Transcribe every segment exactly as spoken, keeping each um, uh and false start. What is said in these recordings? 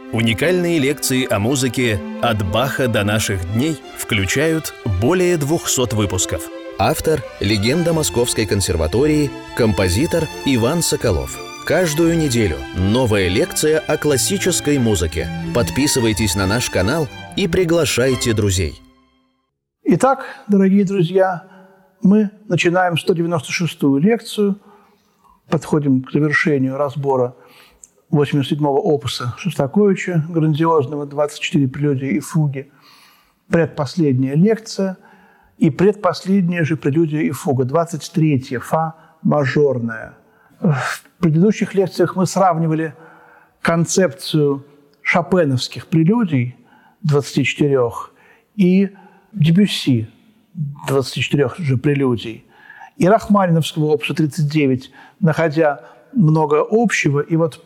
Уникальные лекции о музыке «От Баха до наших дней» включают более двухсот выпусков. Автор – легенда Московской консерватории, композитор Иван Соколов. Каждую неделю новая лекция о классической музыке. Подписывайтесь на наш канал и приглашайте друзей. Итак, дорогие друзья, мы начинаем сто девяносто шестую лекцию, подходим к завершению разбора восемьдесят седьмого опуса Шостаковича, грандиозного «двадцать четыре прелюдии и фуги», предпоследняя лекция и предпоследняя же прелюдия и фуга, двадцать третья, фа мажорная. В предыдущих лекциях мы сравнивали концепцию шопеновских прелюдий, двадцати четырёх, и Дебюсси, двадцати четырёх же прелюдий, и рахманиновского опуса тридцать девять, находя много общего. И вот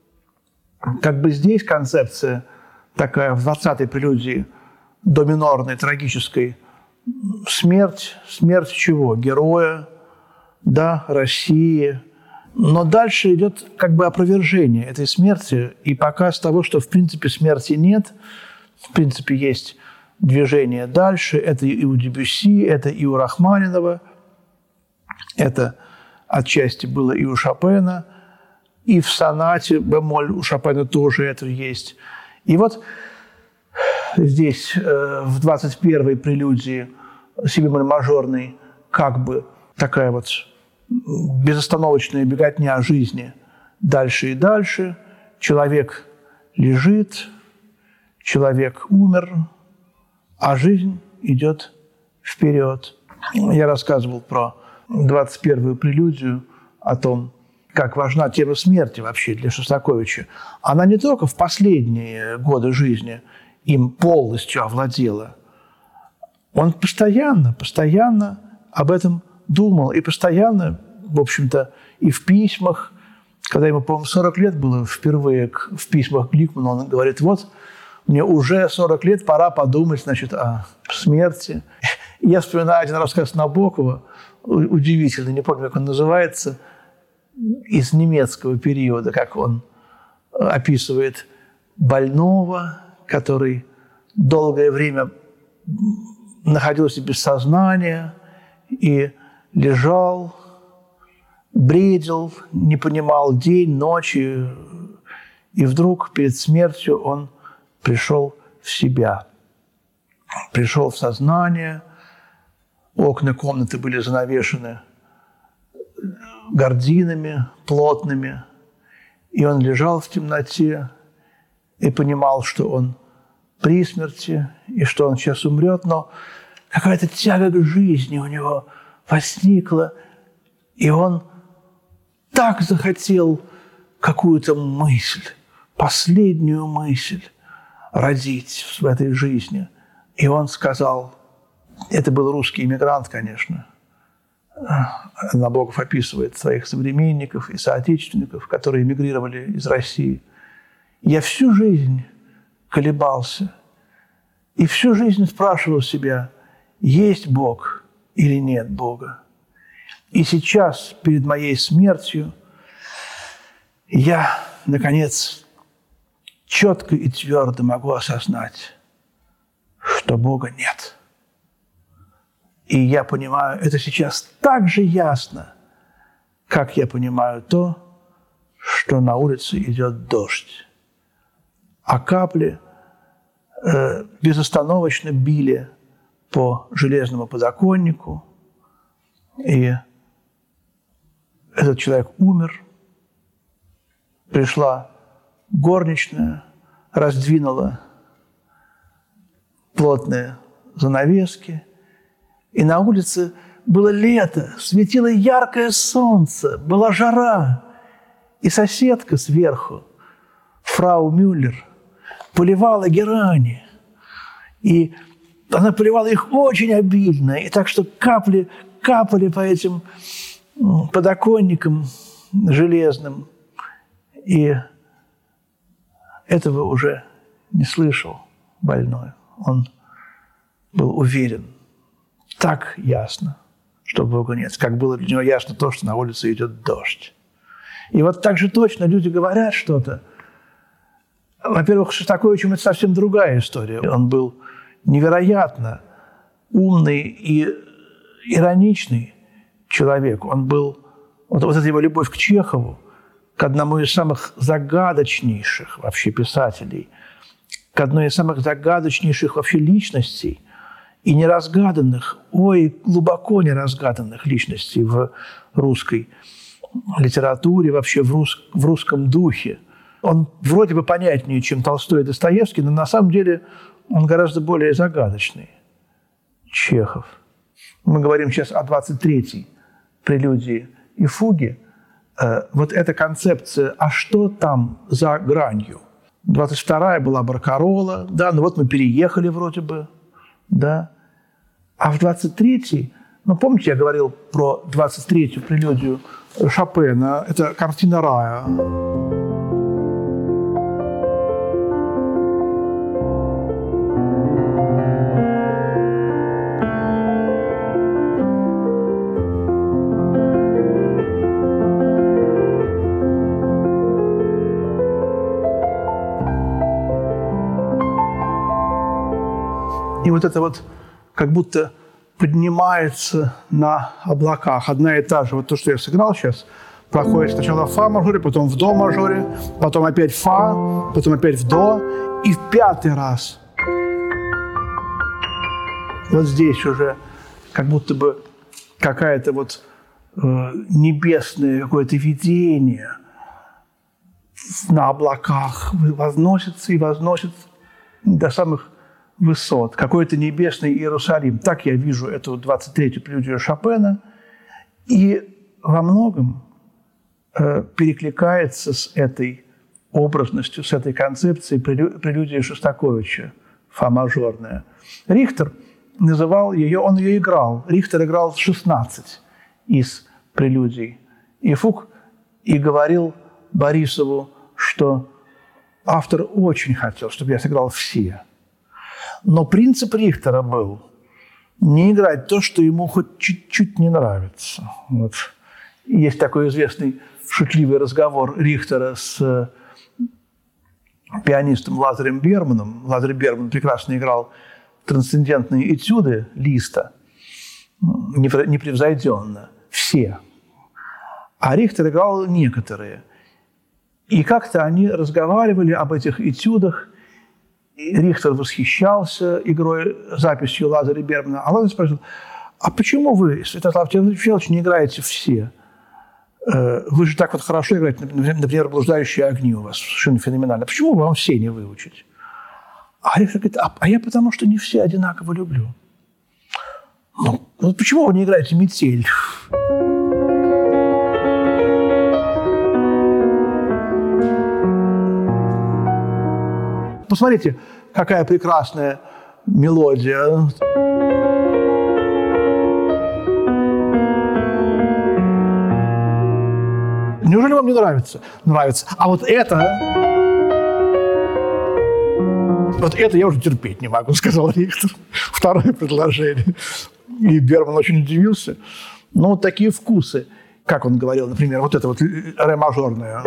как бы здесь концепция такая в двадцатой прелюдии до минорной, трагической, смерть, смерть чего? Героя, да, России. Но дальше идет как бы опровержение этой смерти и показ того, что в принципе смерти нет, в принципе есть движение дальше. Это и у Дебюсси, это и у Рахманинова, это отчасти было и у Шопена, и в сонате бемоль у Шопена тоже это есть. И вот здесь э, в двадцать первой прелюдии си бемоль мажорной как бы такая вот безостановочная беготня жизни дальше и дальше. Человек лежит, человек умер, а жизнь идет вперед. Я рассказывал про двадцать первую прелюдию, о том, как важна тема смерти вообще для Шостаковича. Она не только в последние годы жизни им полностью овладела. Он постоянно, постоянно об этом думал. И постоянно, в общем-то, и в письмах, когда ему, по-моему, сорок лет было впервые в письмах к Гликману, он говорит: вот, мне уже сорок лет, пора подумать, значит, о смерти. Я вспоминаю один рассказ Набокова, удивительный, не помню, как он называется, из немецкого периода, как он описывает больного, который долгое время находился без сознания и лежал, бредил, не понимал день, ночь, и, и вдруг перед смертью он пришел в себя, пришел в сознание, окна комнаты были занавешены гардинами плотными, и он лежал в темноте и понимал, что он при смерти и что он сейчас умрет, но какая-то тяга к жизни у него возникла, и он так захотел какую-то мысль, последнюю мысль родить в этой жизни. И он сказал, это был русский иммигрант, конечно, Набоков описывает своих современников и соотечественников, которые эмигрировали из России. Я всю жизнь колебался и всю жизнь спрашивал себя, есть Бог или нет Бога. И сейчас, перед моей смертью, я, наконец, четко и твердо могу осознать, что Бога нет. И я понимаю это сейчас так же ясно, как я понимаю то, что на улице идет дождь. А капли э, безостановочно били по железному подоконнику, и этот человек умер. Пришла горничная, раздвинула плотные занавески, и на улице было лето, светило яркое солнце, была жара. И соседка сверху, фрау Мюллер, поливала герани. И она поливала их очень обильно, и так что капли капали по этим подоконникам железным. И этого уже не слышал больной. Он был уверен, так ясно, что Бога нет, как было для него ясно то, что на улице идет дождь. И вот так же точно люди говорят что-то, Во-первых, Шостаковичем это совсем другая история. Он был невероятно умный и ироничный человек. Он был... Вот, вот эта его любовь к Чехову, к одному из самых загадочнейших вообще писателей, к одной из самых загадочнейших вообще личностей и неразгаданных, ой, глубоко неразгаданных личностей в русской литературе, вообще в, рус, в русском духе. Он вроде бы понятнее, чем Толстой и Достоевский, но на самом деле он гораздо более загадочный. Чехов. Мы говорим сейчас о двадцать третьей прелюдии и фуге. Вот эта концепция, а что там за гранью? двадцать вторая была Баркарола, да, ну вот мы переехали вроде бы, да. А в двадцать третьей, ну помните, я говорил про двадцать третью прелюдию Шопена, это картина рая. И вот это вот как будто поднимается на облаках. Одна и та же, вот то, что я сыграл сейчас, проходит сначала в фа-мажоре, потом в до-мажоре, потом опять фа, потом опять в до, и в пятый раз. Вот здесь уже как будто бы какая-то вот э, небесное какое-то видение на облаках возносится и возносится до самых высот, какой-то небесный Иерусалим. Так я вижу эту двадцать третью прелюдию Шопена. И во многом э, перекликается с этой образностью, с этой концепцией прелюдии Шостаковича, фа-мажорная. Рихтер называл ее, он ее играл. Рихтер играл шестнадцать из прелюдий. И Фуг и говорил Борисову, что автор очень хотел, чтобы я сыграл все. Но принцип Рихтера был не играть то, что ему хоть чуть-чуть не нравится. Вот. Есть такой известный шутливый разговор Рихтера с пианистом Лазарем Берманом. Лазарь Берман прекрасно играл трансцендентные этюды Листа, непревзойденно, все. А Рихтер играл некоторые. И как-то они разговаривали об этих этюдах. Рихтер восхищался игрой, записью Лазаря Бермана. А Лазарь спросил, а почему вы, Святослав Федорович, не играете все? Вы же так вот хорошо играете, например, «Блуждающие огни» у вас совершенно феноменально. Почему вам все не выучить? А Рихтер говорит, а, а я потому что не все одинаково люблю. Ну, вот почему вы не играете «Метель»? Посмотрите, какая прекрасная мелодия. Неужели вам не нравится? Нравится. А вот это... Вот это я уже терпеть не могу, сказал Рихтер. Второе предложение. И Берман очень удивился. Но вот такие вкусы. Как он говорил, например, вот это вот ре мажорное.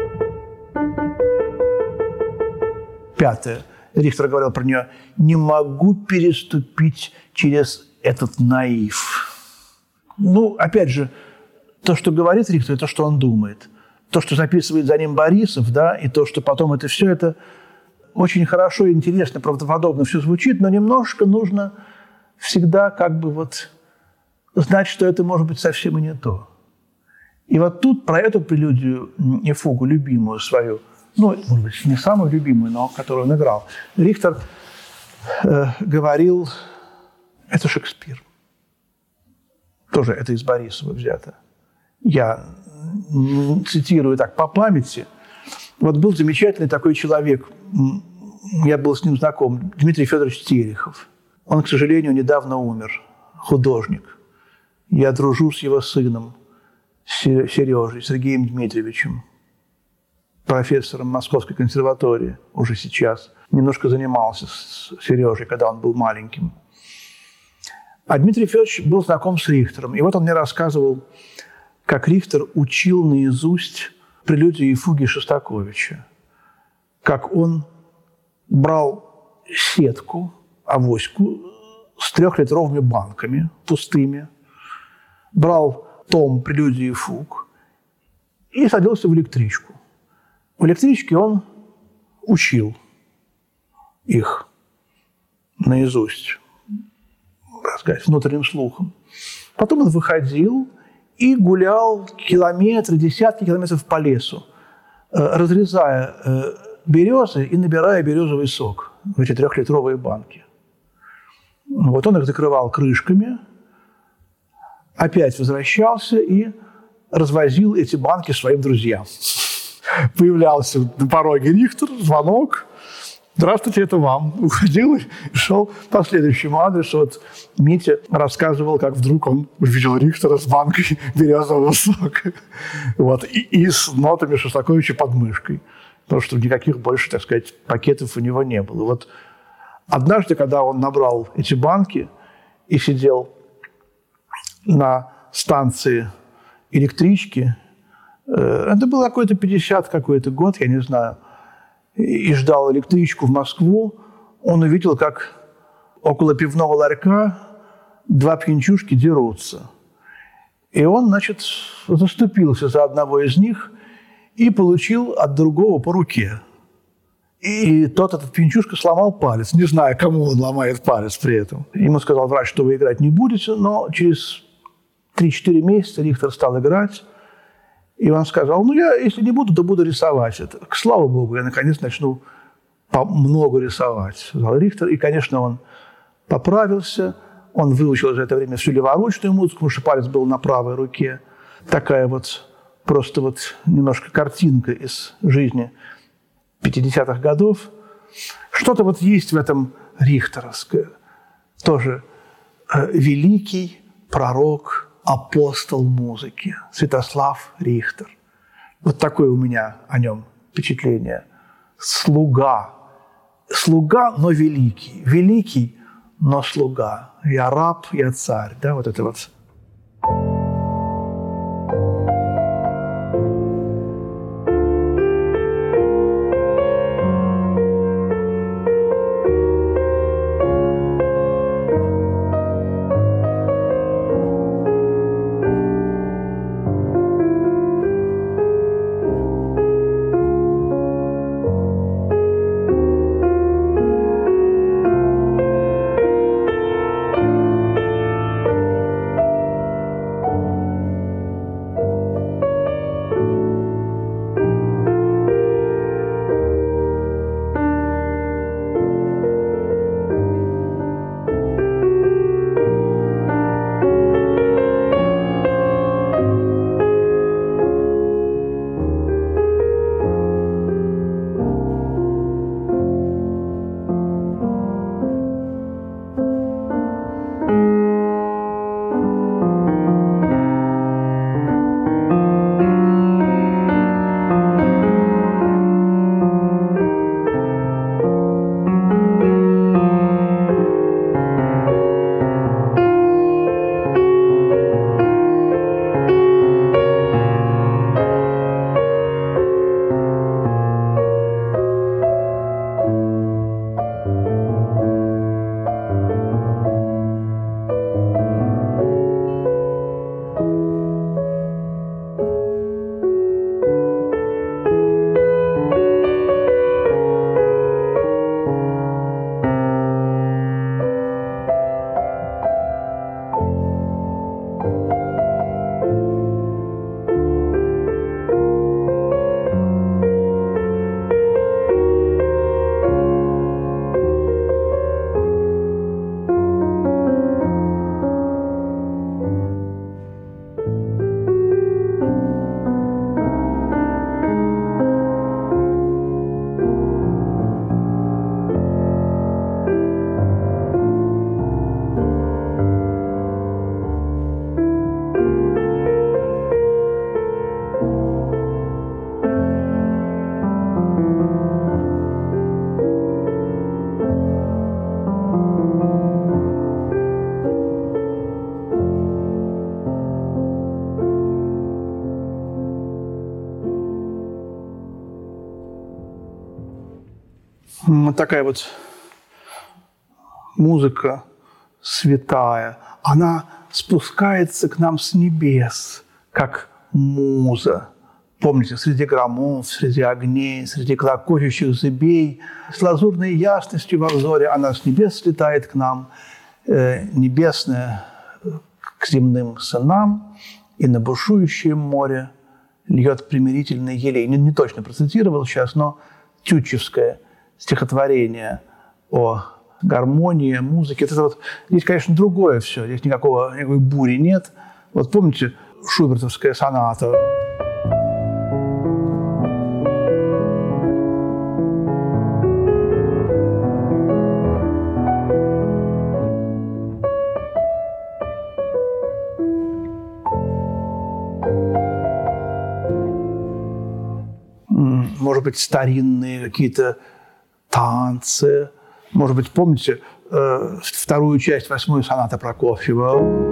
Пятое. Рихтер говорил про нее. Не могу переступить через этот наив. Ну, опять же, то, что говорит Рихтер, то, что он думает. То, что записывает за ним Борисов, да, и то, что потом это все, это очень хорошо, интересно, правдоподобно все звучит, но немножко нужно всегда как бы вот знать, что это может быть совсем и не то. И вот тут про эту прелюдию и фугу, любимую свою, ну, может быть, не самую любимую, но которую он играл, Рихтер э, говорил, это Шекспир. Тоже это из Борисова взято. Я цитирую так по памяти. Вот был замечательный такой человек, я был с ним знаком, Дмитрий Федорович Терехов. Он, к сожалению, недавно умер, художник. Я дружу с его сыном, Сережей, Сергеем Дмитриевичем, профессором Московской консерватории уже сейчас. Немножко занимался с Сережей, когда он был маленьким. А Дмитрий Федорович был знаком с Рихтером. И вот он мне рассказывал, как Рихтер учил наизусть прелюдии и фуги Шостаковича. как он брал сетку, авоську с трехлитровыми банками пустыми, брал том «Прелюдии и фуг» и садился в электричку. В электричке он учил их наизусть, так сказать, внутренним слухом. Потом он выходил и гулял километры, десятки километров по лесу, разрезая березы и набирая березовый сок в эти трехлитровые банки. Вот он их закрывал крышками, опять возвращался и развозил эти банки своим друзьям. Появлялся на пороге Рихтер, звонок. «Здравствуйте, это вам». Уходил и шел по следующему адресу. Вот Митя рассказывал, как вдруг он увидел Рихтера с банкой березового сока. Вот. И, и с нотами Шостаковича под мышкой. Потому что никаких больше, так сказать, пакетов у него не было. Вот однажды, когда он набрал эти банки и сидел на станции электрички, это был какой-то пятидесятый какой-то год, я не знаю, и ждал электричку в Москву, он увидел, как около пивного ларька два пьянчушки дерутся. И он, значит, заступился за одного из них и получил от другого по руке. И тот, этот пьянчушка, сломал палец, не знаю, кому он ломает палец при этом. Ему сказал врач, что вы играть не будете, но через три-четыре месяца Рихтер стал играть. И он сказал, ну, я, если не буду, то буду рисовать это. Слава Богу, я, наконец, начну много рисовать, сказал Рихтер. И, конечно, он поправился. Он выучил за это время всю леворучную музыку, потому что палец был на правой руке. Такая вот просто вот немножко картинка из жизни пятидесятых годов. Что-то вот есть в этом рихтеровское. Тоже э, великий пророк, апостол музыки, Святослав Рихтер. Вот такое у меня о нем впечатление. Слуга. Слуга, но великий. Великий, но слуга. Я раб, я царь. Да, вот это вот. Вот такая вот музыка святая, она спускается к нам с небес, как муза. Помните, среди громов, среди огней, среди клокочущих зыбей, с лазурной ясностью во взоре она с небес слетает к нам, э, небесная к земным сынам, и на бушующее море льет примирительный елей. Не, не точно процитировал сейчас, но тютчевское стихотворение о гармонии, музыке. Это вот, здесь, конечно, другое все. Здесь никакого, никакой бури нет. Вот помните шубертовская соната? Может быть, старинные какие-то танцы. Может быть, помните э, вторую часть восьмой сонаты Прокофьева?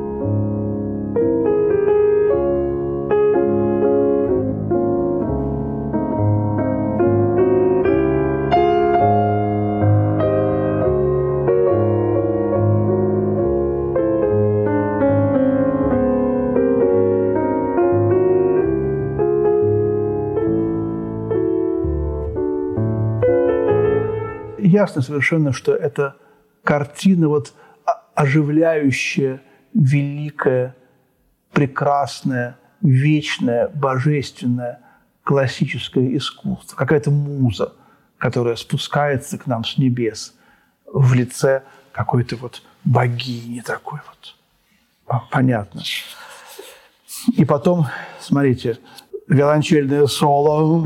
Ясно совершенно, что это картина вот оживляющая, великая, прекрасное, вечное, божественное, классическое искусство. Какая-то муза, которая спускается к нам с небес в лице какой-то вот богини такой вот. Понятно. И потом, смотрите, виолончельное соло.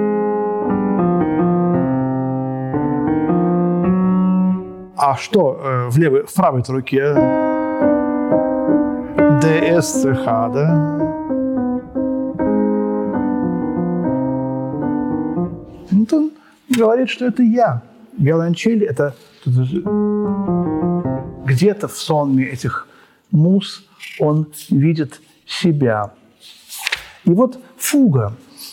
А что э, в левой, в правой руке? ДСЦХ, да? Вот он говорит, что это я. Виолончель – это где-то в сонме этих муз он видит себя. И вот фуга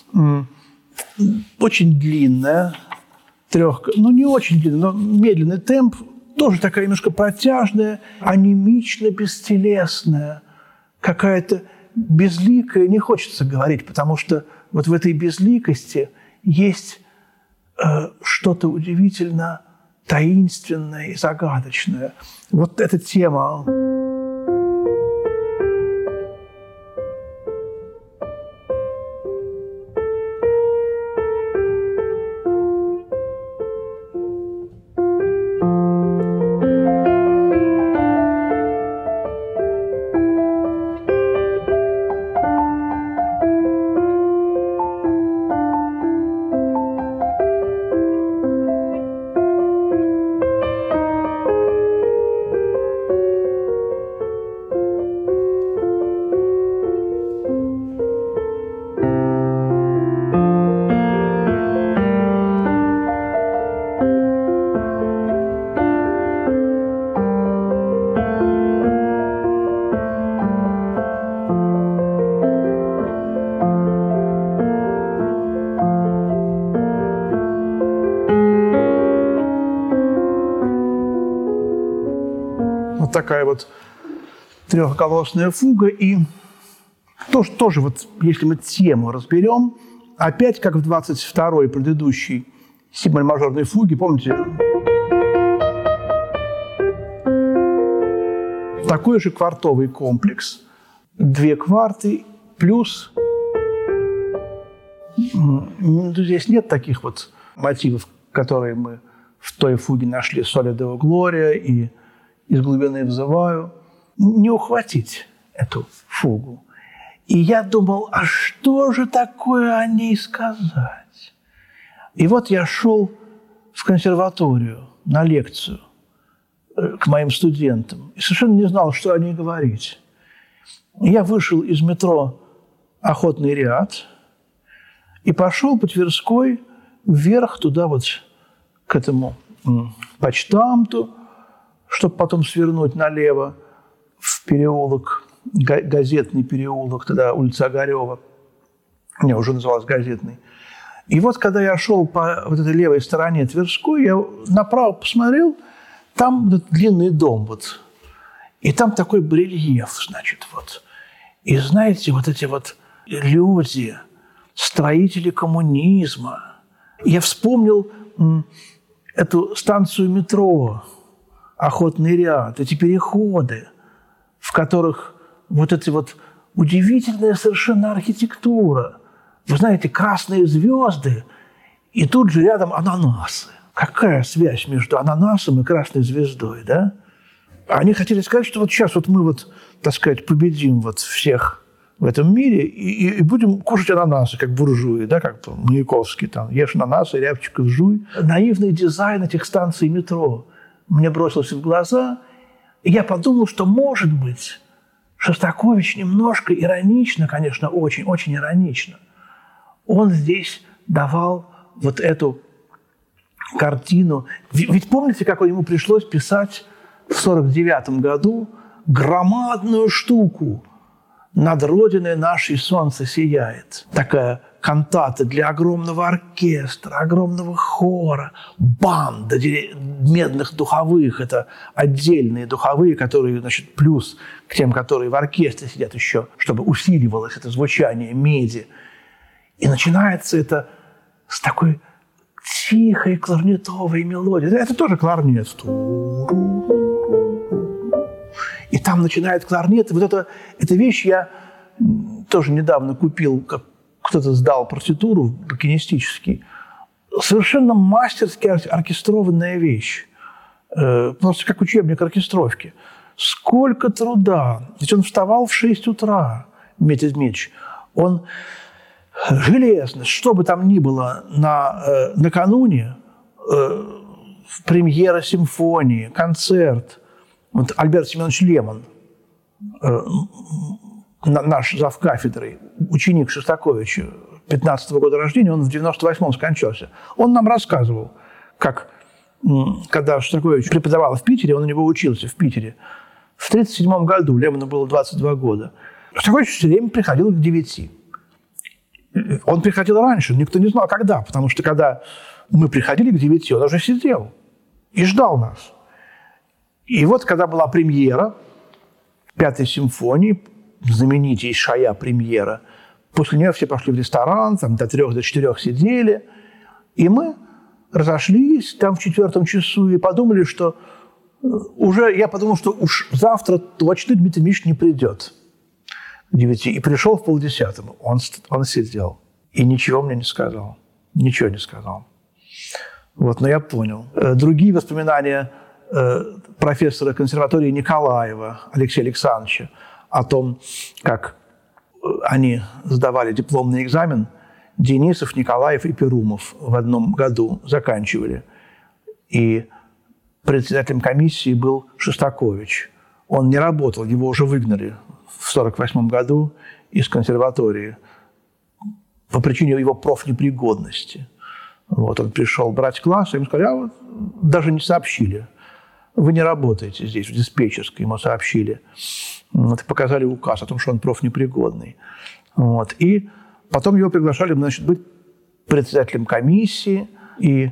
очень длинная, трех, ну не очень длинная, но медленный темп, тоже такая немножко протяжная, анемично бестелесная, какая-то безликая, не хочется говорить, потому что вот в этой безликости есть э, что-то удивительно таинственное и загадочное. Вот эта тема. Такая вот трехголосная фуга. И тоже, тоже вот, если мы тему разберем, опять как в двадцать второй предыдущей си-мажорной фуге, помните, такой же квартовый комплекс. Две кварты плюс... Здесь нет таких вот мотивов, которые мы в той фуге нашли, «Соли део Глория» и «Из глубины взываю», не ухватить эту фугу. И я думал, а что же такое о ней сказать? И вот я шел в консерваторию на лекцию к моим студентам и совершенно не знал, что о ней говорить. Я вышел из метро «Охотный ряд» и пошел по Тверской вверх туда вот к этому почтамту, чтобы потом свернуть налево в переулок, газетный переулок, тогда улица Огарева, не, уже называлась газетный. И вот, когда я шел по вот этой левой стороне Тверской, я направо посмотрел, там вот длинный дом вот. И там такой барельеф, значит, вот. И знаете, вот эти вот люди, строители коммунизма. Я вспомнил м, эту станцию метро, Охотный ряд, эти переходы, в которых вот эти вот удивительная совершенно архитектура. Вы знаете, красные звезды, и тут же рядом ананасы. Какая связь между ананасом и красной звездой, да? Они хотели сказать, что вот сейчас вот мы вот, так сказать, победим вот всех в этом мире и, и будем кушать ананасы, как буржуи, да, как Маяковский, там, ешь ананасы, рябчиков жуй. Наивный дизайн этих станций метро мне бросился в глаза, и я подумал, что, может быть, Шостакович немножко иронично, конечно, очень-очень иронично, он здесь давал вот эту картину. Ведь помните, как ему пришлось писать в сорок девятом году громадную штуку «Над Родиной нашей солнце сияет». Такая кантата для огромного оркестра, огромного хора, банда медных духовых. Это отдельные духовые, которые, значит, плюс к тем, которые в оркестре сидят еще, чтобы усиливалось это звучание меди. И начинается это с такой тихой кларнетовой мелодией. Это тоже кларнет. И там начинает кларнет. И вот это, эта вещь я тоже недавно купил, как кто-то сдал партитуру букинистически. Совершенно мастерски оркестрованная вещь. Просто как учебник оркестровки. Сколько труда. Ведь он вставал в шесть утра, Дмитрий Дмитриевич. Он железно, что бы там ни было на, э, накануне, э, премьера симфонии, концерт. Вот Альберт Семенович Лемон, э, наш завкафедрой, ученик Шостаковича, пятнадцатого года рождения, он в девяносто восьмом скончался. Он нам рассказывал, как, когда Шостакович преподавал в Питере, он у него учился в Питере, в тридцать седьмом году, Лемону было двадцать два года, Шостакович все время приходил к девяти. Он приходил раньше, никто не знал, когда, потому что когда мы приходили к девяти, он уже сидел и ждал нас. И вот, когда была премьера Пятой симфонии, знаменитейшая премьера, после нее все пошли в ресторан, там до трех, до четырех сидели, и мы разошлись там в четвертом часу и подумали, что уже, я подумал, что уж завтра точно Дмитрий Дмитриевич не придет. девяти, и пришел в полдесятому. Он, он сидел и ничего мне не сказал. Ничего не сказал. Вот, но я понял. Другие воспоминания профессора консерватории Николаева Алексея Александровича о том, как они сдавали дипломный экзамен, Денисов, Николаев и Перумов в одном году заканчивали. И председателем комиссии был Шостакович. Он не работал, его уже выгнали в сорок восьмом году из консерватории по причине его профнепригодности. Вот, он пришел брать класс, и ему сказали, а вот даже не сообщили. Вы не работаете здесь, в диспетчерской, ему сообщили. Вот, и показали указ о том, что он профнепригодный. Вот, и потом его приглашали, значит, быть председателем комиссии. И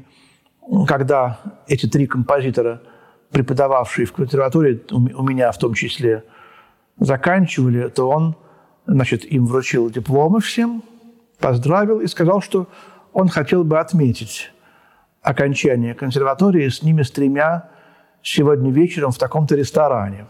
когда эти три композитора, преподававшие в консерватории, у меня в том числе, заканчивали, то он, значит, им вручил дипломы всем, поздравил и сказал, что он хотел бы отметить окончание консерватории с ними, с тремя, сегодня вечером в таком-то ресторане.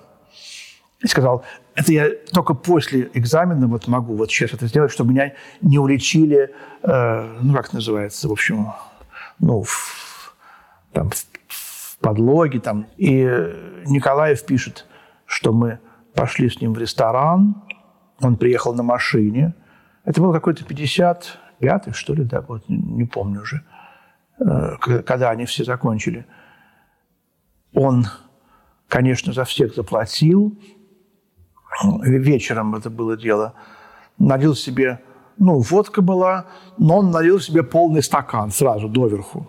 И сказал, это я только после экзамена вот могу вот сейчас это сделать, чтобы меня не уличили, э, ну, как это называется, в общем, ну, в, там, в, в подлоге. Там. И Николаев пишет, что мы пошли с ним в ресторан, он приехал на машине. Это был какой-то пятьдесят пятый, что ли, да, вот, не помню уже, когда они все закончили. Он, конечно, за всех заплатил. Вечером это было дело. Налил себе, ну, водка была, но он налил себе полный стакан сразу доверху.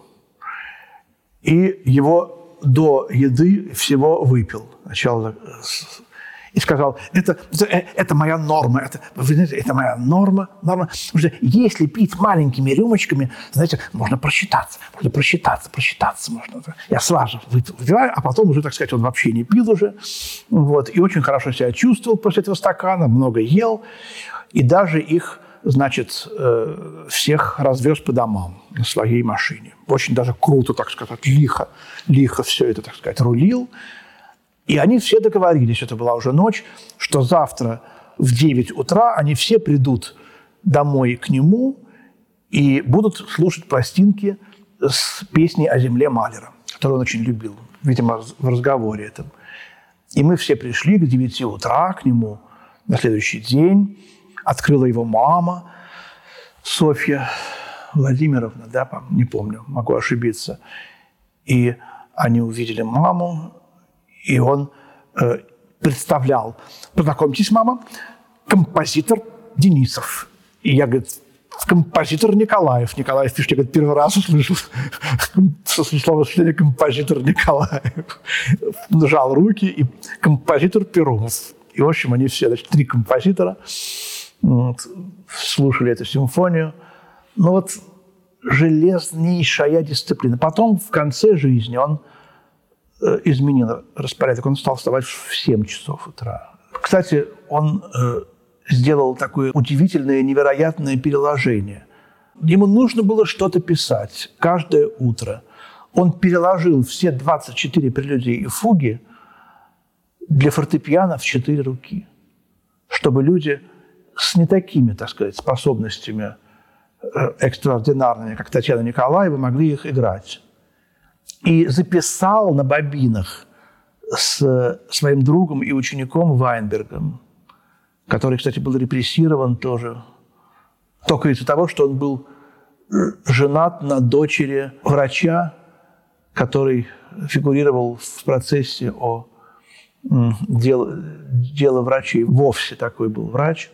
И его до еды всего выпил. Сначала. и сказал, это, это, это моя норма, это, вы знаете, это моя норма, норма. Потому что если пить маленькими рюмочками, знаете, можно просчитаться, можно просчитаться, просчитаться можно. Я сразу выпиваю, а потом уже, так сказать, он вообще не пил уже. Вот, и очень хорошо себя чувствовал после этого стакана, много ел, и даже их, значит, всех развез по домам на своей машине. Очень даже круто, так сказать, лихо, лихо все это, так сказать, рулил. И они все договорились, это была уже ночь, что завтра в девять утра они все придут домой к нему и будут слушать пластинки с песней о земле Малера, которую он очень любил, видимо, в разговоре этом. И мы все пришли к девяти утра к нему на следующий день. Открыла его мама, Софья Владимировна, да, не помню, могу ошибиться. И они увидели маму, и он э, представлял. Познакомьтесь, мама, композитор Денисов. И я, говорит, композитор Николаев. Николаев пишет, я, говорит, первый раз услышал словосочетание композитор Николаев. Нажал руки, и композитор Перумов. И, в общем, они все, значит, три композитора вот, слушали эту симфонию. Но вот железнейшая дисциплина. Потом, в конце жизни, он э, изменил распорядок. Он стал вставать в семь часов утра. Кстати, он э, сделал такое удивительное, невероятное переложение. Ему нужно было что-то писать каждое утро. Он переложил все двадцать четыре прелюдии и фуги для фортепиано в четыре руки, чтобы люди с не такими, так сказать, способностями экстраординарными, как Татьяна Николаева, могли их играть. И записал на бобинах с своим другом и учеником Вайнбергом, который, кстати, был репрессирован тоже, только из-за того, что он был женат на дочери врача, который фигурировал в процессе о дело, дело врачей. Вовсе такой был врач.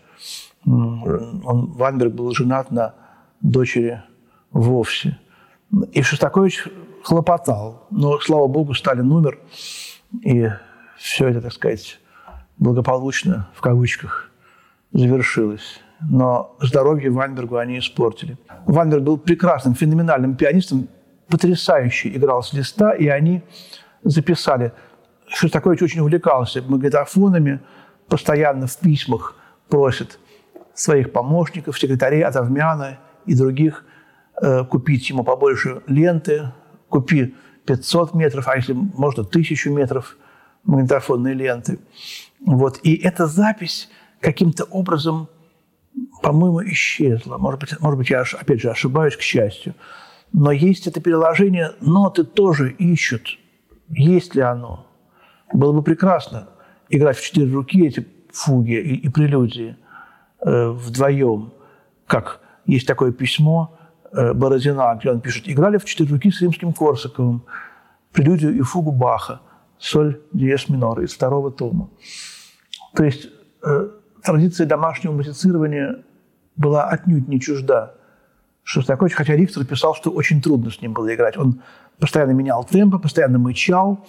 Он, Вайнберг был женат на дочери Вовсе. И Шостакович хлопотал. Но, слава богу, Сталин умер. И все это, так сказать, благополучно, в кавычках, завершилось. Но здоровье Вайнбергу они испортили. Вайнберг был прекрасным, феноменальным пианистом, потрясающе играл с листа, и они записали. Шостакович очень увлекался магнитофонами, постоянно в письмах просит своих помощников, секретарей Атавмяна и других э, купить ему побольше ленты, купи пятьсот метров, а если можно, тысячу метров магнитофонной ленты. Вот. И эта запись каким-то образом, по-моему, исчезла. Может быть, может быть, я, опять же, ошибаюсь, к счастью. Но есть это переложение, ноты тоже ищут. Есть ли оно? Было бы прекрасно играть в четыре руки эти фуги и, и прелюдии э, вдвоем. Как есть такое письмо э, Бородина, где он пишет: «Играли в четыре руки с Римским-Корсаковым прелюдию и фугу Баха, соль диез минор» из второго тома. То есть э, традиция домашнего музицирования была отнюдь не чужда Шостаковичу, хотя Рихтер писал, что очень трудно с ним было играть. Он постоянно менял темпо, постоянно мычал,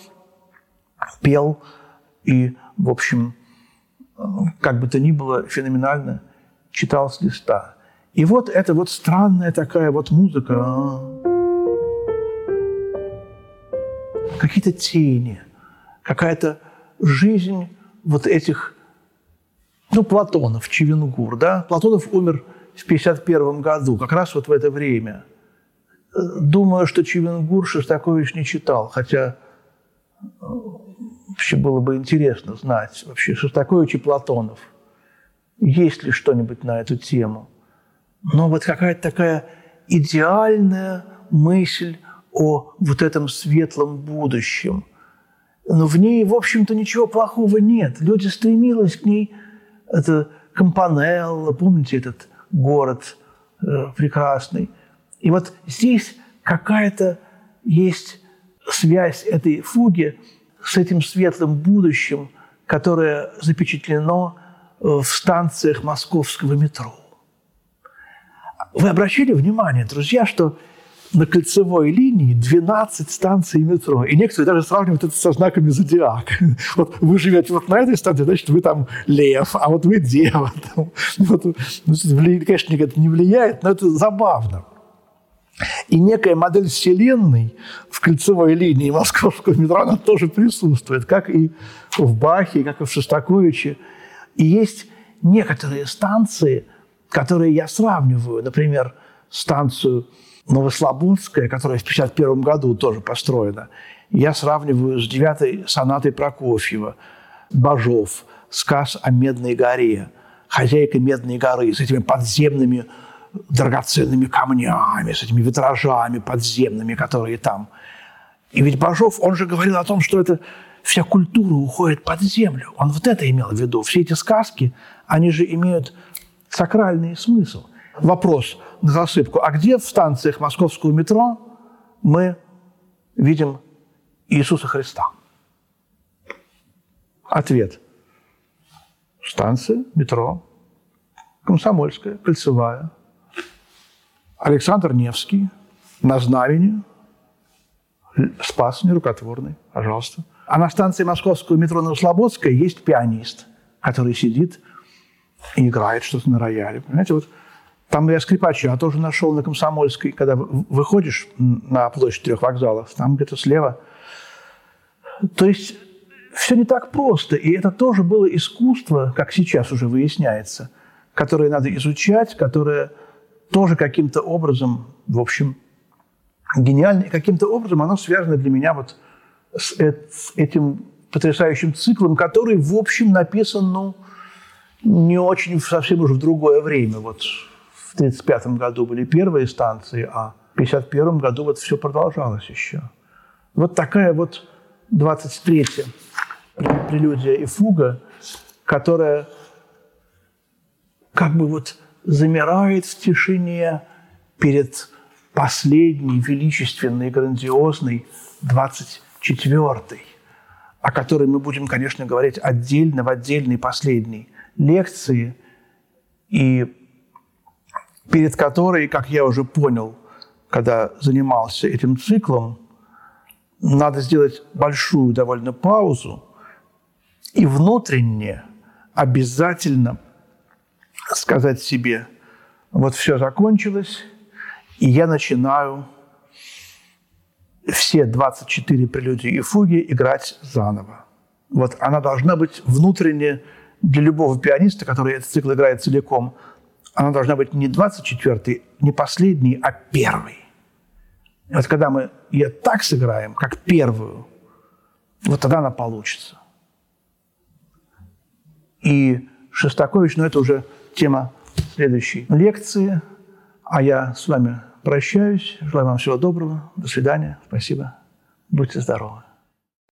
пел и, в общем, как бы то ни было, феноменально читал с листа. И вот эта вот странная такая вот музыка. Какие-то тени, какая-то жизнь вот этих, ну, Платонов, Чевенгур, да? Платонов умер в пятьдесят первом году, как раз вот в это время. Думаю, что Чевенгур Шостакович не читал, хотя вообще было бы интересно знать вообще Шостакович и Платонов. Есть ли что-нибудь на эту тему? Но вот какая-то такая идеальная мысль о вот этом светлом будущем. Но в ней, в общем-то, ничего плохого нет. Люди стремились к ней. Это Кампанелла, помните этот город э, прекрасный. И вот здесь какая-то есть связь этой фуги с этим светлым будущим, которое запечатлено в станциях московского метро. Вы обращали внимание, друзья, что на кольцевой линии двенадцать станций метро. И некоторые даже сравнивают это со знаками зодиака. Вот вы живете вот на этой станции, значит, вы там лев, а вот вы дева. Там. Вот, конечно, это не влияет, но это забавно. И некая модель вселенной в кольцевой линии московского метро, она тоже присутствует, как и в Бахе, как и в Шостаковиче. И есть некоторые станции, которые я сравниваю. Например, станцию Новослободская, которая в пятьдесят первом году тоже построена. Я сравниваю с девятой сонатой Прокофьева, Бажов, сказ о Медной горе, хозяйка Медной горы с этими подземными драгоценными камнями, с этими витражами подземными, которые там. И ведь Бажов, он же говорил о том, что это вся культура уходит под землю. Он вот это имел в виду. Все эти сказки, они же имеют сакральный смысл. Вопрос на засыпку. А где в станциях московского метро мы видим Иисуса Христа? Ответ. Станция метро Комсомольская, Кольцевая. Александр Невский на Знамени, Спас нерукотворный, пожалуйста. А на станции московского метро Новослободская есть пианист, который сидит и играет что-то на рояле. Понимаете, вот там я скрипача тоже нашел на Комсомольской, когда выходишь на площадь трех вокзалов, там где-то слева. То есть все не так просто. И это тоже было искусство, как сейчас уже выясняется, которое надо изучать, которое тоже каким-то образом, в общем, гениально. И каким-то образом оно связано для меня вот с этим потрясающим циклом, который, в общем, написан, ну, не очень, совсем уже в другое время. Вот в тридцать пятом году были первые станции, а в пятьдесят первом году вот все продолжалось еще. Вот такая вот двадцать третья прелюдия и фуга, которая как бы вот замирает в тишине перед последней, величественной, грандиозной двадцать четвёртой, о которой мы будем, конечно, говорить отдельно, в отдельной последней лекции, и перед которой, как я уже понял, когда занимался этим циклом, надо сделать большую довольно паузу и внутренне обязательно сказать себе, вот все закончилось, и я начинаю все двадцать четыре прелюдии и фуги играть заново. Вот она должна быть внутренне для любого пианиста, который этот цикл играет целиком, она должна быть не двадцать четвёртый, не последний, а первый. И вот когда мы ее так сыграем, как первую, вот тогда она получится. И Шостакович, ну это уже тема следующей лекции. А я с вами прощаюсь. Желаю вам всего доброго. До свидания. Спасибо. Будьте здоровы.